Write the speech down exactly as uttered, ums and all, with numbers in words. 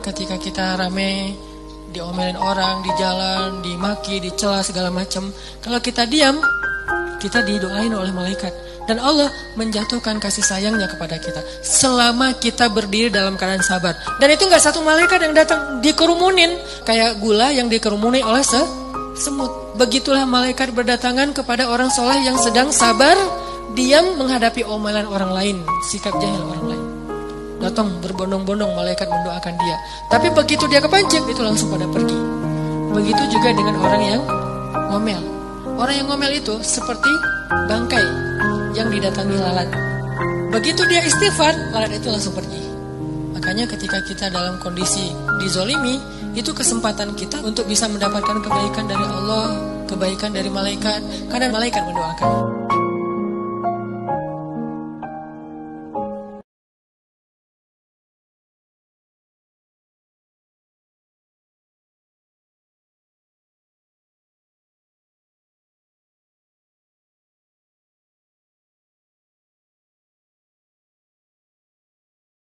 ketika kita rame, diomelin orang, di jalan, dimaki, dicela segala macam. Kalau kita diam, kita didoain oleh malaikat. Dan Allah menjatuhkan kasih sayangnya kepada kita selama kita berdiri dalam keadaan sabar. Dan itu gak satu malaikat yang datang dikerumunin, kayak gula yang dikerumuni oleh se semut. Begitulah malaikat berdatangan kepada orang soleh yang sedang sabar, diam menghadapi omelan orang lain, sikap jahil orang lain. Datang berbondong-bondong malaikat mendoakan dia. Tapi begitu dia kepancing, itu langsung pada pergi. Begitu juga dengan orang yang ngomel. Orang yang ngomel itu seperti bangkai yang didatangi lalat. Begitu dia istighfar, lalat itu langsung pergi. Makanya ketika kita dalam kondisi dizolimi, itu kesempatan kita untuk bisa mendapatkan kebaikan dari Allah, kebaikan dari malaikat, karena malaikat mendoakan.